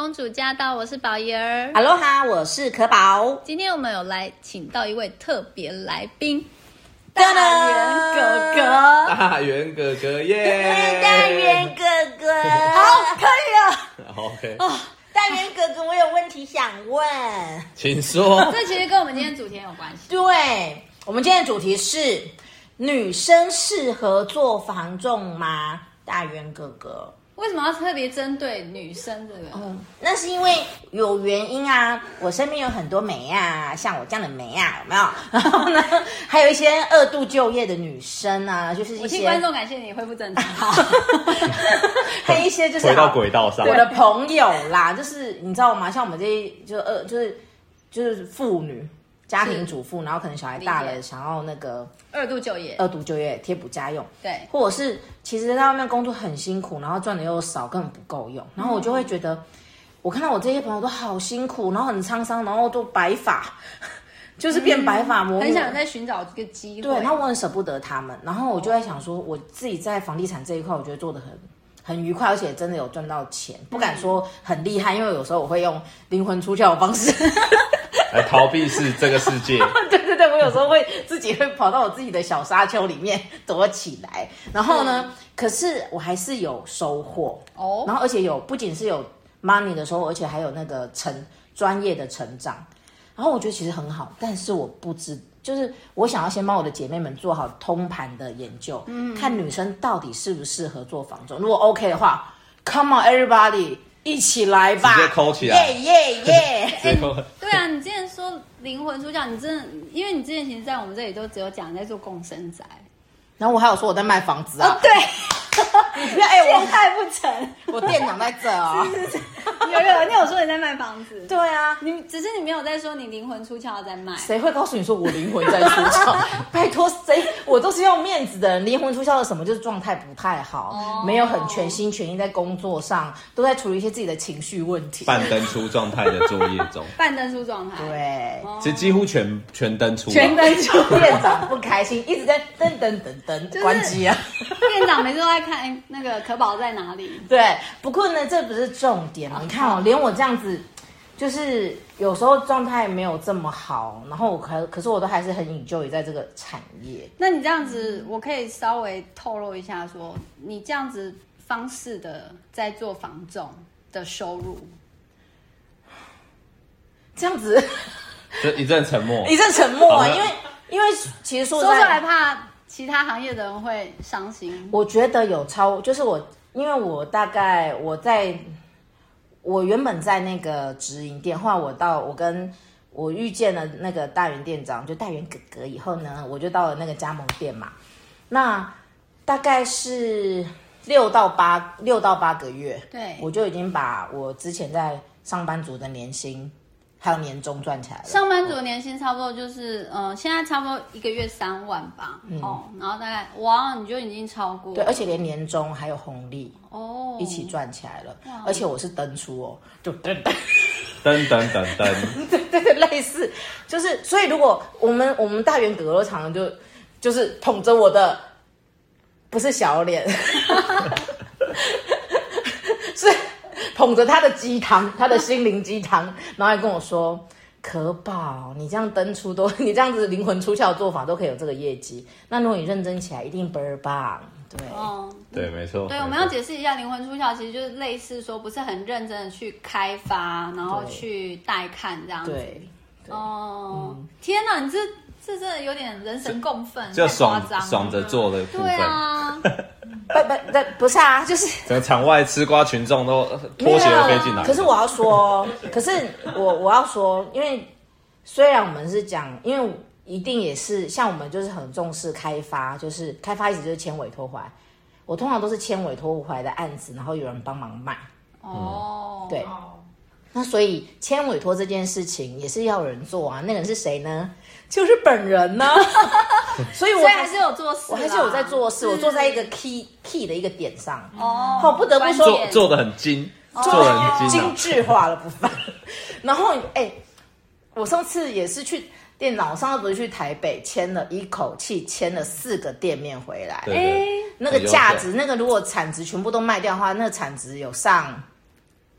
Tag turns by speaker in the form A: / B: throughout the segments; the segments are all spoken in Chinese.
A: 公主驾到，我是宝仪儿。
B: 哈喽哈，我是可宝。
A: 今天我们有来请到一位特别来宾，
B: 大
A: 元哥哥。
C: 大元哥哥耶！
B: 大元哥哥，
A: 好，可以了。
C: OK，
B: 大元哥哥，我有问题想问。
C: 请说。
A: 这其实跟我们今天主题很有关系。
B: 对，我们今天的主题是女生适合做房仲吗？大元哥哥。
A: 为什么要特别针对女生这个？
B: 那是因为有原因啊，我身边有很多妹啊，像我这样的妹啊，有没有？然后呢，还有一些二度就业的女生啊，就是一些
A: 我替观众感谢你恢复正常。
B: 还有一些就是
C: 回到轨道上。
B: 我的朋友啦，就是你知道吗？像我们这些就是妇女。家庭主妇，然后可能小孩大了，想要那个
A: 二度就业
B: 贴补家用，
A: 对，
B: 或者是其实在外面工作很辛苦，然后赚的又少，根本不够用。然后我就会觉得，我看到我这些朋友都好辛苦，然后很沧桑，然后都白发，就是变白发魔，
A: 很想在寻找一个机会。
B: 对，然后我很舍不得他们，然后我就在想说，我自己在房地产这一块，我觉得做的很愉快，而且真的有赚到钱，不敢说很厉害，因为有时候我会用灵魂出窍的方式。
C: 来逃避这个世界。
B: 对，我有时候自己会跑到我自己的小沙丘里面躲起来，然后呢，可是我还是有收获哦，然后而且不仅是有 money 的收获，而且还有那个专业的成长，然后我觉得其实很好，但是我不知，就是我想要先帮我的姐妹们做好通盘的研究，看女生到底适不适合做房仲，如果 OK 的话 ，Come on everybody。一起来吧！
C: 直接抠起来！
B: 耶！
A: 对啊，你之前说灵魂出窍，你真的，因为你之前其实，在我们这里都只有讲在做共生宅，
B: 然后我还有说我在卖房子啊。
A: 对，
B: 你不要
A: 陷害不成。
B: 我店长在这哦。
A: 你有说你在卖房子？
B: 对啊，
A: 只是你没有在说你灵魂出窍在卖。
B: 谁会告诉你说我灵魂在出窍？拜托谁？我都是用面子的人。灵魂出窍是什么？就是状态不太好，没有很全心全意在工作上，都在处理一些自己的情绪问题。
C: 半登出状态的作业中。
A: 半登出状态。
B: 对，
C: 其实几乎全登出。
B: 全登出。店长不开心，一直在噔，关机啊。
A: 店长每次都在看那个可宝在哪里。
B: 对，不过呢，这不是重点哦。你看哦，连我这样子，就是有时候状态没有这么好，然后可是我都还是很enjoy在这个产业。
A: 那你这样子，我可以稍微透露一下说，你这样子方式的在做房仲的收入，
B: 这样子，
C: 就一阵沉默，
B: 因为其实说
A: 出来怕其他行业的人会伤心。
B: 我觉得有就是因为我原本在那个直营店，后来我遇见了那个大元店长，就大元哥哥以后呢，我就到了那个加盟店嘛。那大概是6到8个月，
A: 对，
B: 我就已经把我之前在上班族的年薪还有年终赚起来了。
A: 上班族的年薪差不多就是现在差不多1个月3万吧，然后大概你就已经超过，
B: 对，而且连年终还有红利一起赚起来了，而且我是登出哦，就登，对，类似就是所以如果我们大元哥哥常常就是捧着我的不是小脸，是捧着他的鸡汤，他的心灵鸡汤，然后还跟我说。可宝，你这样你这样子灵魂出窍的做法都可以有这个业绩，那如果你认真起来，一定倍儿棒。
C: 对，没错。
A: 对，我们要解释一下，灵魂出窍其实就是类似说不是很认真的去开发，然后去带看这样子。
B: 对，
A: 天哪，你这真的有点人神共愤，
C: 就
A: 爽
C: 着做的部分。
A: 对啊。
B: 不是啊，就是
C: 整个场外吃瓜群众都拖鞋飞进来。
B: 可是我要说，我要说，因为虽然我们是讲，因为一定也是像我们就是很重视开发，就是开发一直就是签委托回来，我通常都是签委托回来的案子，然后有人帮忙卖。对。那所以签委托这件事情也是要有人做啊，那个人是谁呢？就是本人呢。所以我
A: 还是有做事，
B: 我还是有在做事，我坐在一个 key 的一个点上。不得不说
C: 做得很精，做得很
B: 精致化的部分。然后我上次也是去店长，我上次不是去台北一口气签了4个店面回来。
C: 对，
B: 那个价值，那个如果产值全部都卖掉的话，那个产值有上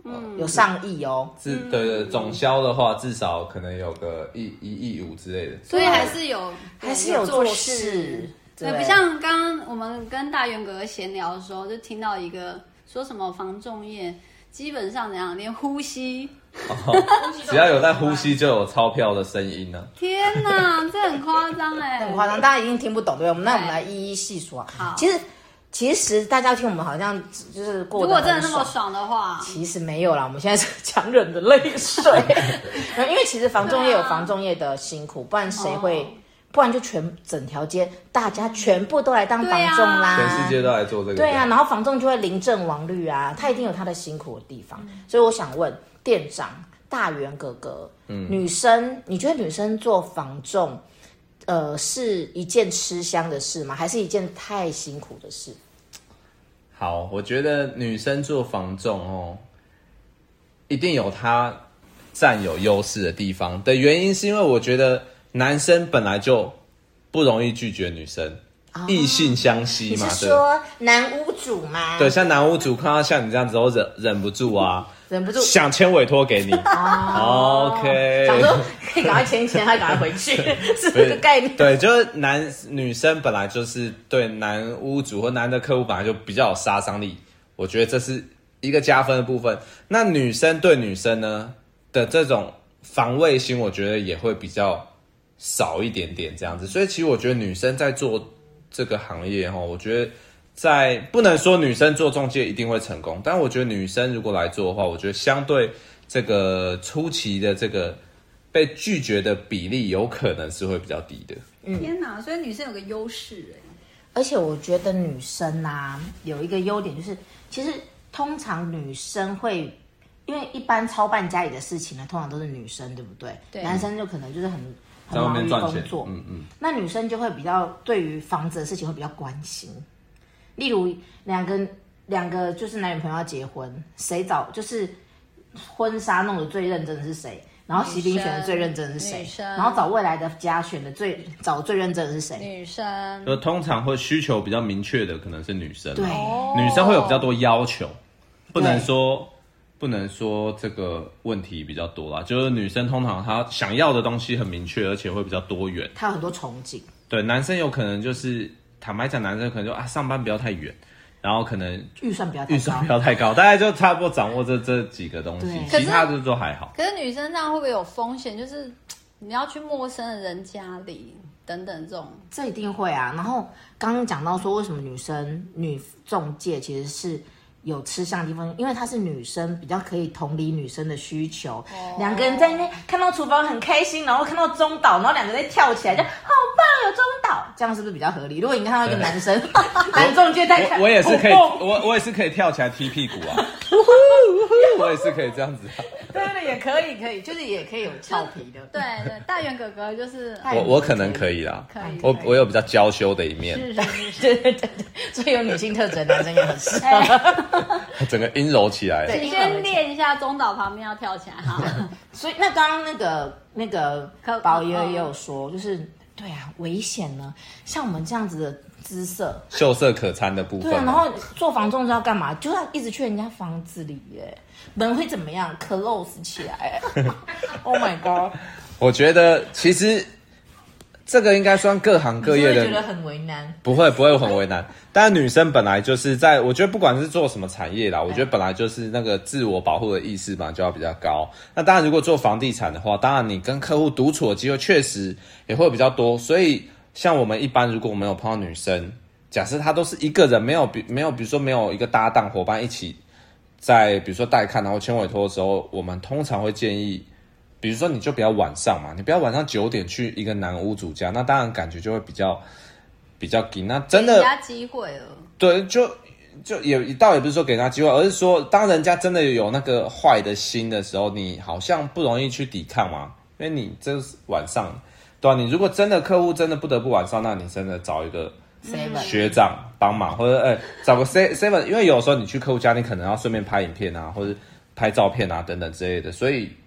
B: 有上亿哦。
C: 对，总销的话至少可能有个1.5亿之类的，
A: 所以还是有
B: 做
A: 事。对，不像刚刚我们跟大元哥哥闲聊的时候，就听到一个说什么房仲业基本上怎样，连呼吸。
C: 只要有在呼吸，就有钞票的声音呢。
A: 天哪，这很夸张哎，
B: 很夸张，大家一定听不懂，对不对？那我们来一一细说。好，其实大家听我们好像就是过得很爽，
A: 如果真的那么爽的话，
B: 其实没有啦。我们现在是强忍的泪水，因为其实房仲业有房仲业的辛苦，不然谁会？不然就整条街大家全部都来当房仲啦，
C: 全世界都来做这个。
B: 对啊，然后房仲就会零阵亡率啊，他一定有他的辛苦的地方。所以我想问店长大元哥哥，女生，你觉得女生做房仲，是一件吃香的事吗？还是一件太辛苦的事？
C: 好，我觉得女生做房仲一定有她占有优势的地方的原因，是因为我觉得男生本来就不容易拒绝女生，异性相吸嘛。
B: 你是说男屋主吗？
C: 对，像男屋主看到像你这样子都忍不住啊，
B: 忍不住
C: 想签委托给你。OK，
B: 想说可以赶快签一签，还赶快回去，是这个概念。
C: 对，就是女生本来就是对男屋主或男的客户本来就比较有杀伤力，我觉得这是一个加分的部分。那女生对女生呢的这种防卫心，我觉得也会比较少一点点这样子。所以其实我觉得女生在做这个行业我觉得不能说女生做中介一定会成功，但我觉得女生如果来做的话，我觉得相对这个初期的这个被拒绝的比例有可能是会比较低的。
A: 天哪，所以女生有个优势
B: 而且我觉得女生有一个优点，就是其实通常女生会，因为一般操办家里的事情呢，通常都是女生，对不对？
A: 对，
B: 男生就可能就是很
C: 在外面
B: 忙于工作，那女生就会比较对于房子的事情会比较关心。例如两个就是男女朋友要结婚，谁找就是婚纱弄得最认真的是谁？然后喜饼选的最认真的是谁？然后找未来的家选的最认真的是谁？
A: 女生。
C: 通常会需求比较明确的可能是女生，
B: 对，
C: 女生会有比较多要求，不能说这个问题比较多啦，就是女生通常她想要的东西很明确，而且会比较多元，
B: 她有很多憧憬。
C: 对，男生有可能就是坦白讲，男生可能就上班不要太远，然后可能
B: 预算不
C: 要太高，大概就差不多掌握这几个东西，其他的都还好。
A: 可是女生这样会不会有风险？就是你要去陌生的人家里等等
B: 这一定会啊。然后刚刚讲到说，为什么女中介其实是有吃香的地方，因为她是女生，比较可以同理女生的需求。两个人在那边看到厨房很开心，然后看到中岛，然后两个人在跳起来，就好棒，有中岛，这样是不是比较合理？如果你看到一个男生男中介在看，
C: 我也是可以，我也是可以跳起来踢屁股啊，我也是可以这样子啊。
B: 对，也可以，就是也可以有俏皮的。
A: 对，大元哥哥就是
C: 我可能可以啦，
A: 可以，
C: 我有比较娇羞的一面，
B: 是，对，所以有女性特质的男生也很适合，
C: 整个阴柔起来。
A: 请先练一下中岛旁边要跳起来哈。
B: 所以那刚刚那个宝爷也有说，就是对啊，危险呢，像我们这样子的姿色
C: 秀色可餐的部分，
B: 对啊，然后做房仲是要干嘛？就要一直去人家房子里耶，门会怎么样 ？close 起来。Oh my god！
C: 我觉得其实这个应该算各行各业的，
B: 你觉得很为难？
C: 不会很为难。但女生本来就是我觉得不管是做什么产业啦，我觉得本来就是那个自我保护的意识嘛，就要比较高。那当然，如果做房地产的话，当然你跟客户独处的机会确实也会比较多。所以像我们一般，如果我们有碰到女生，假设她都是一个人，没有比如说没有一个搭档伙伴一起在比如说带看然后签委托的时候，我们通常会建议，比如说你就不要晚上嘛，你不要晚上9点去一个男屋主家，那当然感觉就会比较紧。那真的
A: 给人家机会了，
C: 对，就也倒也不是说给人家机会，而是说当人家真的有那个坏的心的时候，你好像不容易去抵抗嘛，因为你这是晚上，对啊，你如果真的客户真的不得不晚上，那你真的找一个学长帮忙，或者找个 7， 因为有时候你去客户家，你可能要顺便拍影片啊，或者拍照片啊等等之类的，所以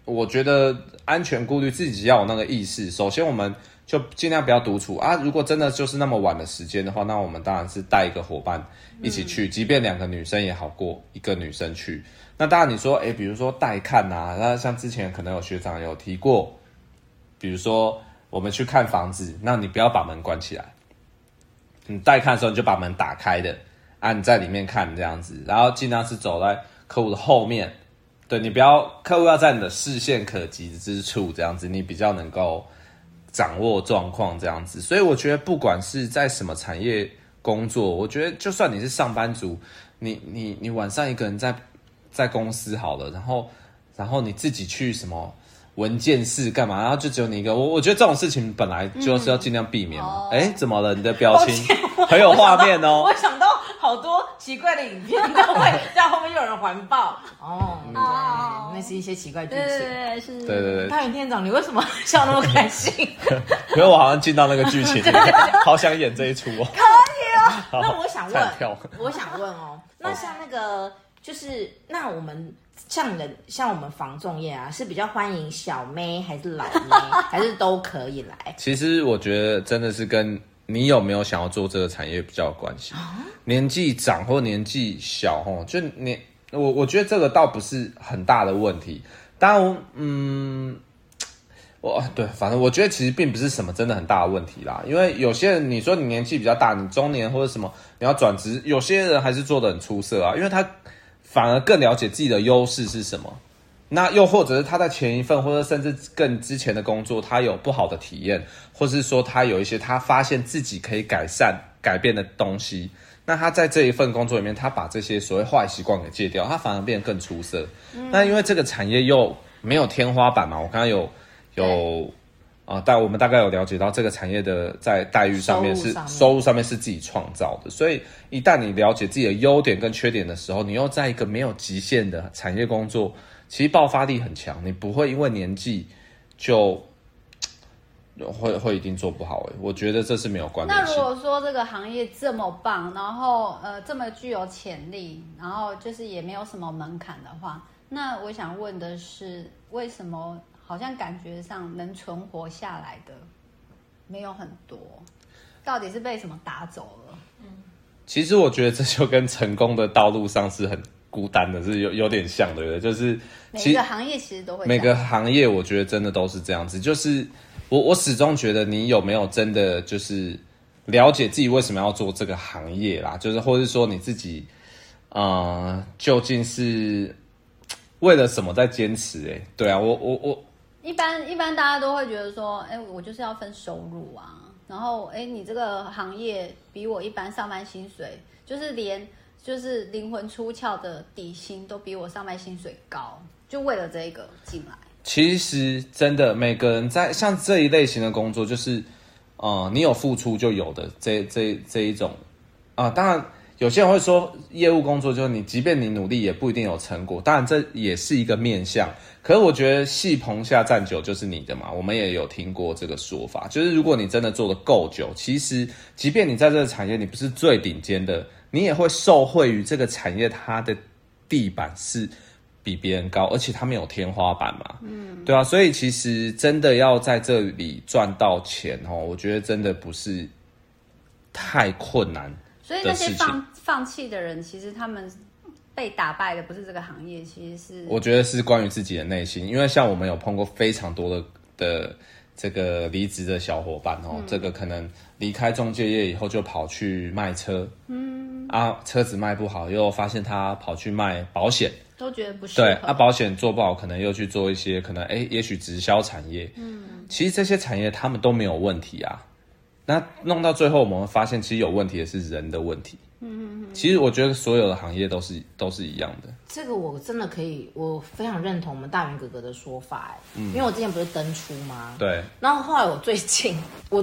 C: 我觉得安全顾虑自己要有那个意识。首先，我们就尽量不要独处啊。如果真的就是那么晚的时间的话，那我们当然是带一个伙伴一起去，即便2个女生也好过1个女生去。那当然你说，比如说带看啊，那像之前可能有学长有提过，比如说我们去看房子，那你不要把门关起来，你带看的时候你就把门打开的啊，你在里面看这样子，然后尽量是走在客户的后面。对，你不要，客户要在你的视线可及之处，这样子你比较能够掌握状况，这样子。所以我觉得不管是在什么产业工作，我觉得就算你是上班族，你晚上一个人在公司好了，然后你自己去什么文件室干嘛，然后就只有你一个，我觉得这种事情本来就是要尽量避免嘛。怎么了？你的表情很有画面哦。
B: 我想到好多奇怪的影片都会在后面有人环抱那是一些奇怪剧情。
C: 对。
B: 大元店长，你为什么笑那么开心？
C: 因为我好像进到那个剧情里面，好想演这一出哦。
B: 可以哦。那我想问哦，那像那个就是那我们像我们房仲业啊，是比较欢迎小妹还是老妹，还是都可以来？
C: 其实我觉得真的是跟你有没有想要做这个产业比较有关系。年纪长或年纪小就我觉得这个倒不是很大的问题。当然对，反正我觉得其实并不是什么真的很大的问题啦。因为有些人你说你年纪比较大，你中年或者什么你要转职，有些人还是做得很出色啊，因为他反而更了解自己的优势是什么。那又或者是他在前一份或者甚至更之前的工作，他有不好的体验，或是说他有一些他发现自己可以改变的东西，那他在这一份工作里面，他把这些所谓坏习惯给戒掉，他反而变得更出色。那因为这个产业又没有天花板嘛，我刚刚我们大概有了解到这个产业的在待遇上面是收入上面是自己创造的，所以一旦你了解自己的优点跟缺点的时候，你又在一个没有极限的产业工作，其实爆发力很强，你不会因为年纪就会一定做不好。我觉得这是没有关联性。
A: 那如果说这个行业这么棒，然后这么具有潜力，然后就是也没有什么门槛的话，那我想问的是，为什么好像感觉上能存活下来的没有很多？到底是被什么打走了？
C: 其实我觉得这就跟成功的道路上是很孤单的，是有点像，对不对？就是
A: 每个行业其实都会，
C: 每个行业我觉得真的都是这样子。就是我始终觉得你有没有真的就是了解自己为什么要做这个行业啦，就是或是说你自己究竟是为了什么在坚持？对啊，我
A: 一般大家都会觉得说，我就是要分收入啊，然后你这个行业比我一般上班薪水，就是灵魂出窍的底薪都比我上班薪水高，就为了这个进来。
C: 其实真的每个人在像这一类型的工作，就是你有付出就有的这一种当然有些人会说业务工作就是你即便你努力也不一定有成果，当然这也是一个面向。可是我觉得戏棚下站久就是你的嘛，我们也有听过这个说法，就是如果你真的做得够久，其实即便你在这个产业你不是最顶尖的，你也会受惠于这个产业它的地板是比别人高，而且它没有天花板嘛，对啊，所以其实真的要在这里赚到钱我觉得真的不是太困难的事情。
A: 所以那些放弃的人，其实他们被打败的不是这个行业，其实是
C: 我觉得是关于自己的内心。因为像我们有碰过非常多的这个离职的小伙伴这个可能离开中介业以后就跑去卖车，车子卖不好，又发现他跑去卖保险，
A: 都觉得不适合。
C: 对，保险做不好，可能又去做一些可能也许直销产业。其实这些产业他们都没有问题啊。那弄到最后，我们会发现其实有问题的是人的问题。其实我觉得所有的行业都是一样的。这
B: 个我真的可以，我非常认同我们大元哥哥的说法因为我之前不是登出吗？
C: 对。
B: 然后后来我最近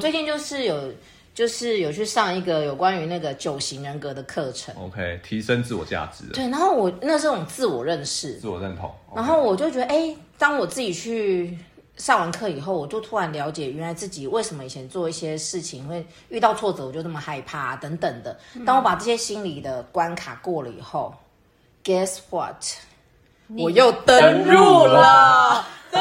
B: 就是有去上一个有关于那个9型人格的课程
C: ，OK， 提升自我价值。
B: 对，然后我那是种自我认识、
C: 自我认同。
B: 然后我就觉得，当我自己去上完课以后，我就突然了解原来自己为什么以前做一些事情会遇到挫折我就这么害怕等等的。当我把这些心理的关卡过了以后，guess what？ 我又登入了。对，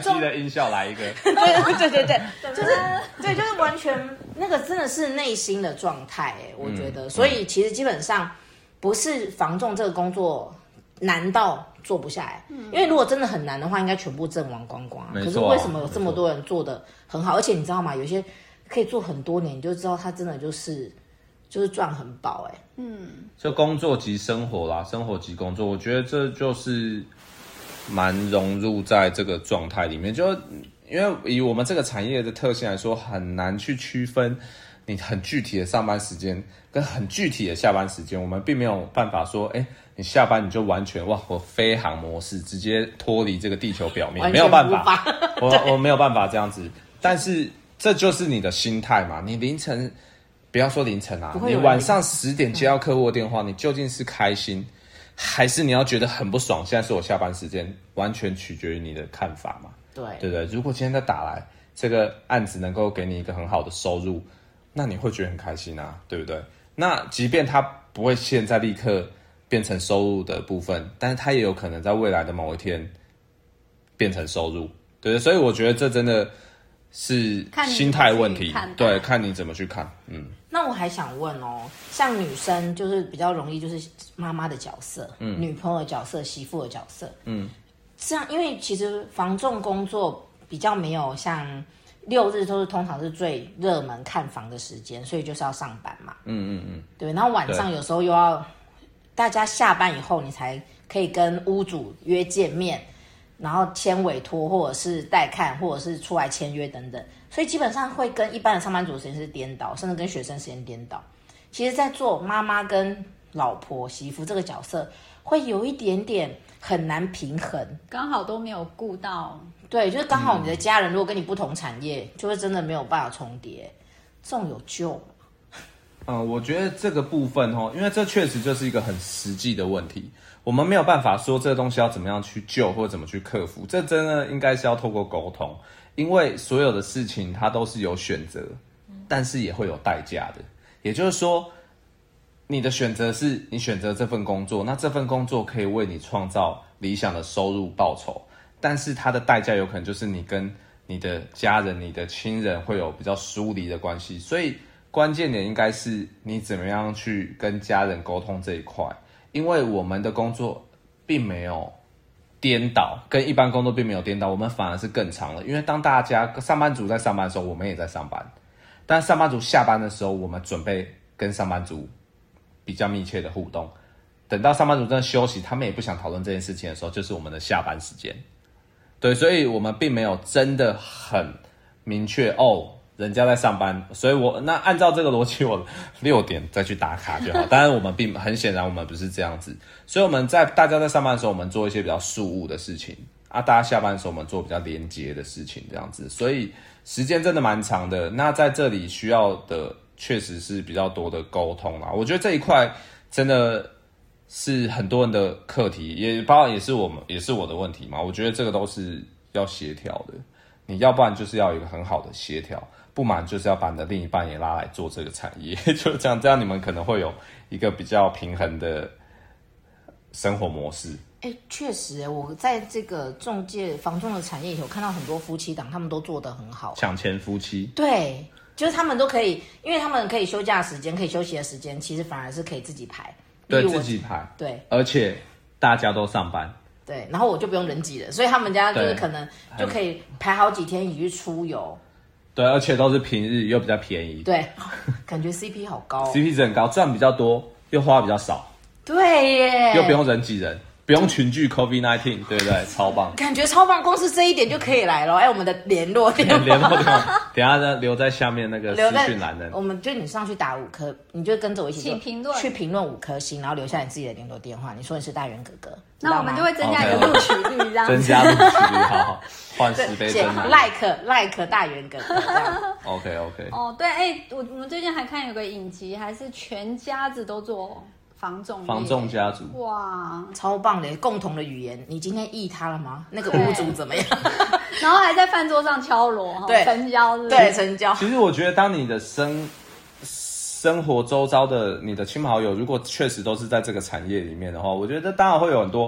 C: 机的音效来一个，
B: 对，就是完全那个真的是内心的状态，我觉得，所以其实基本上不是房仲这个工作难到做不下来，因为如果真的很难的话，应该全部阵亡光光。可是为什么有这么多人做的很好？而且你知道吗？有些可以做很多年，你就知道他真的就是赚很饱
C: 就工作及生活啦，生活及工作，我觉得这就是蛮融入在这个状态里面。就因为以我们这个产业的特性来说，很难去区分你很具体的上班时间跟很具体的下班时间。我们并没有办法说，你下班你就完全我飞航模式直接脱离这个地球表面，没有办法，我没有办法这样子。但是这就是你的心态嘛，你凌晨。不要说凌晨啊，你晚上10点接到客户的电话，你究竟是开心，还是你要觉得很不爽？现在是我下班时间，完全取决于你的看法嘛。对不对？如果今天再打来这个案子能够给你一个很好的收入，那你会觉得很开心啊，对不对？那即便它不会现在立刻变成收入的部分，但是它也有可能在未来的某一天变成收入，对不对？所以我觉得这真的是心态问题，对，看你怎么去看。
B: 那我还想问像女生就是比较容易就是妈妈的角色，女朋友的角色，媳妇的角色，这样，因为其实房仲工作比较没有像6日都是通常是最热门看房的时间，所以就是要上班嘛，对，然后晚上有时候又要大家下班以后，你才可以跟屋主约见面。然后签委托，或者是带看，或者是出来签约等等，所以基本上会跟一般的上班族的时间是颠倒，甚至跟学生时间颠倒。其实，在做妈妈跟老婆、媳妇这个角色，会有一点点很难平衡，
A: 刚好都没有顾到。
B: 对，就是刚好你的家人如果跟你不同产业，就会真的没有办法重叠。这种有救吗？
C: 我觉得这个部分因为这确实就是一个很实际的问题。我们没有办法说这个东西要怎么样去救或者怎么去克服，这真的应该是要透过沟通，因为所有的事情它都是有选择，但是也会有代价的。也就是说，你的选择是你选择这份工作，那这份工作可以为你创造理想的收入报酬，但是它的代价有可能就是你跟你的家人、你的亲人会有比较疏离的关系，所以关键点应该是你怎么样去跟家人沟通这一块。因为我们的工作并没有颠倒，跟一般工作并没有颠倒，我们反而是更长了。因为当大家上班族在上班的时候，我们也在上班；但上班族下班的时候，我们准备跟上班族比较密切的互动。等到上班族真的休息，他们也不想讨论这件事情的时候，就是我们的下班时间。对，所以我们并没有真的很明确人家在上班，所以那按照这个逻辑，我6点再去打卡就好。当然，我们很显然我们不是这样子，所以我们大家在上班的时候，我们做一些比较事务的事情大家下班的时候，我们做比较连结的事情，这样子，所以时间真的蛮长的。那在这里需要的确实是比较多的沟通啦。我觉得这一块真的是很多人的课题，也包括也是我的问题嘛。我觉得这个都是要协调的，你要不然就是要有一个很好的协调。不瞒就是要把你的另一半也拉来做这个产业，就这样你们可能会有一个比较平衡的生活模式。
B: 确实我在这个中介房仲的产业里头看到很多夫妻档，他们都做得很好，
C: 抢钱夫妻。
B: 对，就是他们都可以，因为他们可以休假的时间，可以休息的时间，其实反而是可以自己排。
C: 对，自己排。
B: 对，
C: 而且大家都上班。
B: 对，然后我就不用人挤人，所以他们家就是可能就可以排好几天一起去出游。
C: 对，而且都是平日又比较便宜。
B: 对，感觉 CP 好高
C: CP 值很高，赚比较多，又花比较少。
B: 对耶，
C: 又不用人挤人，不用群聚 COVID-19， 对不对？超棒，
B: 感觉超棒，光是这一点就可以来了。我们的联络电话，
C: 等一下呢留在下面那个私讯栏的。
B: 我们就你上去打5颗，你就跟着我一起
A: 请评论，
B: 去评论5颗星，然后留下你自己的联络电话。你说你是大元哥哥，
A: 那我们就会增加你的录取率，这样
C: 增加录取率，好，换10倍增加
B: like 大元哥哥这样。
C: OK。
A: 对，我们最近还看有个影集，还是全家子都做房仲
C: 家族，
A: 哇，
B: 超棒的，共同的语言。你今天忆他了吗？那个屋主怎么样？
A: 然后还在饭桌上敲锣，
B: 对，
A: 成交，
B: 对，成交。
C: 其实我觉得，当你的生活周遭的你的亲朋好友，如果确实都是在这个产业里面的话，我觉得当然会有很多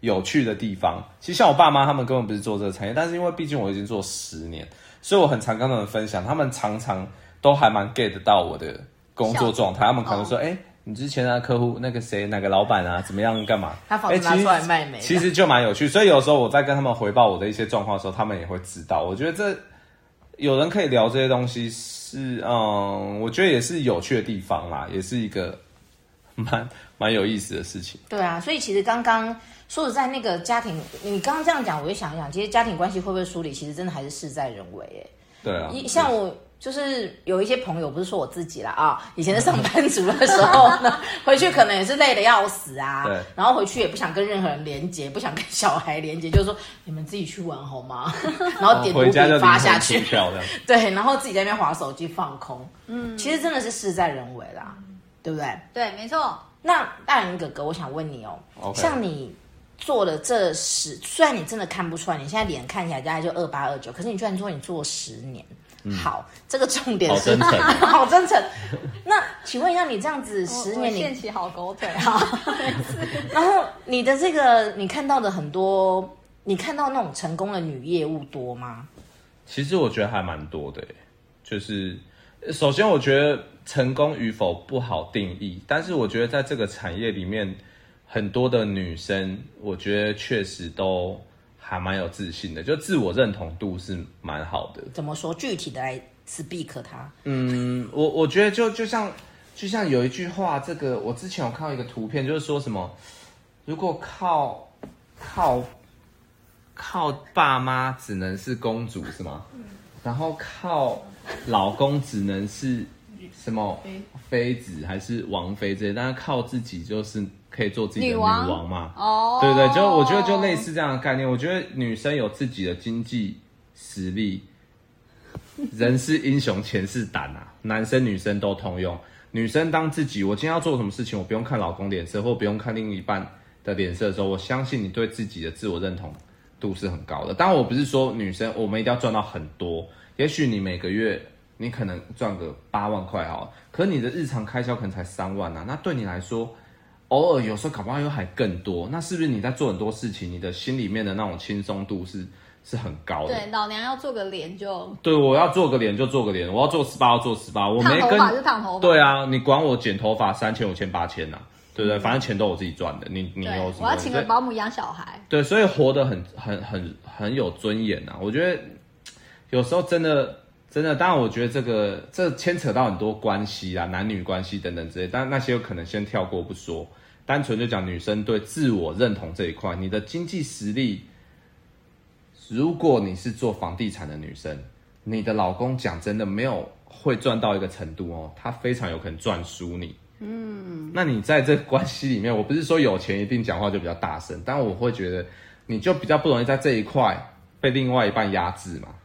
C: 有趣的地方。其实像我爸妈他们根本不是做这个产业，但是因为毕竟我已经做10年，所以我很常跟他们分享，他们常常都还蛮 get 到我的工作状态。他们可能说，你之前的客户那个谁哪个老板啊，怎么样干嘛？
B: 他房子拿出来卖没？
C: 其实就蛮有趣。所以有时候我在跟他们回报我的一些状况的时候，他们也会知道。我觉得这有人可以聊这些东西是，我觉得也是有趣的地方啦，也是一个蛮有意思的事情。
B: 对啊，所以其实刚刚说实在，那个家庭，你刚刚这样讲，我就想一想，其实家庭关系会不会梳理，其实真的还是事在人为。
C: 对啊，
B: 像我就是有一些朋友，不是说我自己啦啊，以前是上班族的时候呢，回去可能也是累得要死啊，
C: 对，
B: 然后回去也不想跟任何人连接，不想跟小孩连接，就是说你们自己去玩好吗？然后点毒笔发下去，对，然后自己在那边滑手机放空，其实真的是事在人为啦，对不对？
A: 对，没错。
B: 那大人哥哥，我想问你像你做了这虽然你真的看不出来，你现在脸看起来大概就28、29，可是你居然说你做10年。好，这个重点是好真诚。那请问一下，你这样子10年，
A: 你献起好狗腿啊！
B: 然后你的这个，你看到的很多，你看到那种成功的女业务多吗？
C: 其实我觉得还蛮多的，就是首先我觉得成功与否不好定义，但是我觉得在这个产业里面，很多的女生，我觉得确实都还蛮有自信的，就自我认同度是蛮好的。
B: 怎么说？具体的来 speak 它？
C: 我觉得就像有一句话，这个我之前有看到一个图片，就是说什么，如果靠爸妈只能是公主是吗？然后靠老公只能是什么妃子还是王妃之类，但是靠自己就是可以做自己的女王嘛。对对，就我觉得就类似这样的概念。我觉得女生有自己的经济实力，人是英雄钱是胆啊，男生女生都通用。女生当自己，我今天要做什么事情，我不用看老公脸色，或不用看另一半的脸色的时候，我相信你对自己的自我认同度是很高的。当然我不是说女生我们一定要赚到很多，也许你每个月你可能赚个8万块好了，可是你的日常开销可能才3万啊，那对你来说偶尔有时候搞不好又还更多，那是不是你在做很多事情，你的心里面的那种轻松度是很高的？
A: 对，老娘要做个脸就
C: 对，我要做个脸就做个脸，我要做SPA要做SPA，我没跟
A: 烫头发就烫头发。
C: 对啊，你管我剪头发3000、5000、8000啊，对不对？反正钱都我自己赚的，你有什么？
A: 我要请个保姆养小孩。
C: 对，所以活得很有尊严啊！我觉得有时候真的，当然我觉得这牵扯到很多关系啊，男女关系等等之类，但那些有可能先跳过不说，单纯就讲女生对自我认同这一块，你的经济实力。如果你是做房地产的女生，你的老公讲真的没有会赚到一个程度哦，他非常有可能赚输你。那你在这个关系里面，我不是说有钱一定讲话就比较大声，但我会觉得你就比较不容易在这一块被另外一半压制嘛。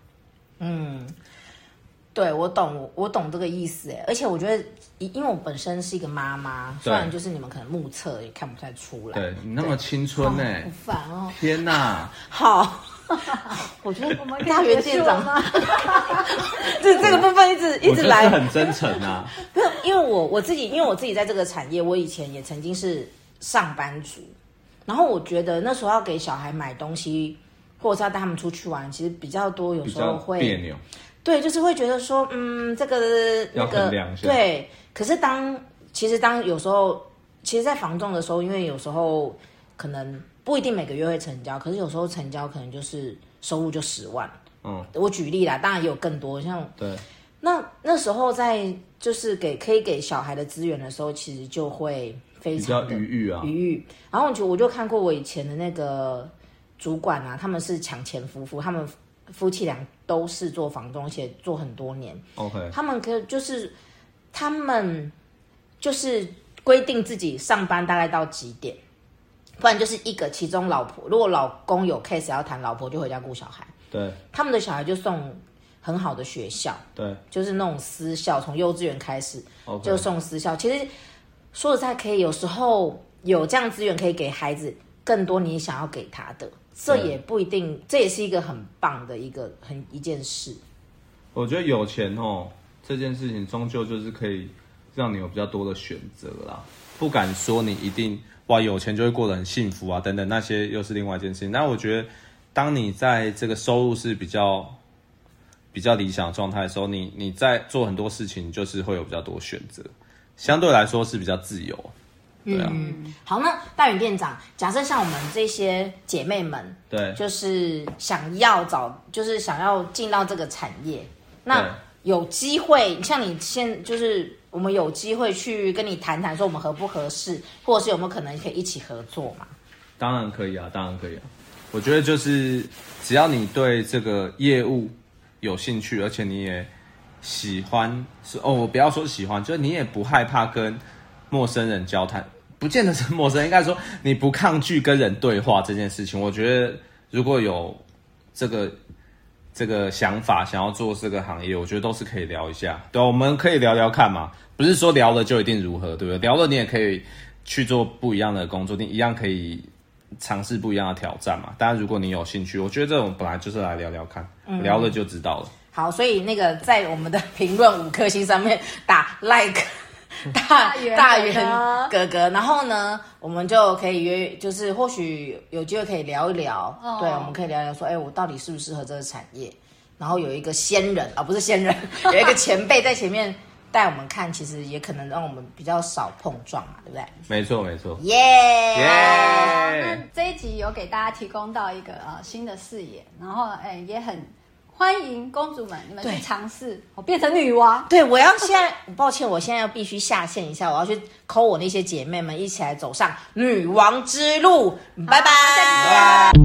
B: 对，我懂这个意思哎，而且我觉得，因为我本身是一个妈妈，虽然就是你们可能目测也看不太出来，
C: 对你那么青春哎，
B: 好烦哦！
C: 天哪，
B: 好。我觉得大元店长，这个部分一直来，
C: 很真诚啊。
B: 不是，因为我自己在这个产业，我以前也曾经是上班族，然后我觉得那时候要给小孩买东西，或者是要带他们出去玩，其实比较多，有时候会
C: 别扭。
B: 对，就是会觉得说，这个
C: 要衡量一下。
B: 对，可是其实有时候，在房仲的时候，因为有时候可能。不一定每个月会成交，可是有时候成交可能就是收入就10万。我举例啦，当然也有更多，像
C: 对。
B: 那时候在就是可以给小孩的资源的时候，其实就会非常的
C: 比较余裕。
B: 然后我就看过我以前的那个主管啊，他们是抢钱夫妇，他们夫妻俩都是做房仲，而且做很多年。
C: OK，
B: 他们就是规定自己上班大概到几点。不然就是其中老婆，如果老公有 case 要谈，老婆就回家顾小孩。
C: 对，
B: 他们的小孩就送很好的学校，
C: 对，
B: 就是那种私校，从幼稚园开始就送私校。其实说实在，可以有时候有这样资源，可以给孩子更多你想要给他的，这也不一定，这也是一个很棒的一件事。
C: 我觉得有钱这件事情终究就是可以让你有比较多的选择啦，不敢说你一定。 哇有钱就会过得很幸福啊等等，那些又是另外一件事情。那我觉得当你在这个收入是比较理想的状态的时候，你在做很多事情就是会有比较多选择，相对来说是比较自由。对啊，
B: 好，那大元店长，假设像我们这些姐妹们，
C: 对，
B: 就是想要进到这个产业，那有机会，像你就是我们有机会去跟你谈谈，说我们合不合适，或者是有没有可能可以一起合作嘛？
C: 当然可以啊，当然可以啊。我觉得就是只要你对这个业务有兴趣，而且你也喜欢，我不要说喜欢，就是你也不害怕跟陌生人交谈，不见得是陌生人，应该说你不抗拒跟人对话这件事情。我觉得如果有这个想法，想要做这个行业，我觉得都是可以聊一下。对啊，我们可以聊聊看嘛，不是说聊了就一定如何，对不对？聊了你也可以去做不一样的工作，你一样可以尝试不一样的挑战嘛。当然，如果你有兴趣，我觉得这种本来就是来聊聊看，聊了就知道了。
B: 好，所以那个在我们的评论5颗星上面打 like 大元哥哥，然后呢，我们就可以约，就是或许有机会可以聊一聊，对，我们可以聊一聊说，我到底适不适合这个产业？然后有一个先人不是先人，有一个前辈在前面带我们看，其实也可能让我们比较少碰撞嘛，对不对？
C: 没错，没错。
B: 耶！
A: 那这一集有给大家提供到一个新的视野，然后也很欢迎公主们你们去尝试，我变成女王。
B: 对，我要现在，抱歉，我现在要必须下线一下，我要去call我那些姐妹们一起来走上女王之路。拜拜。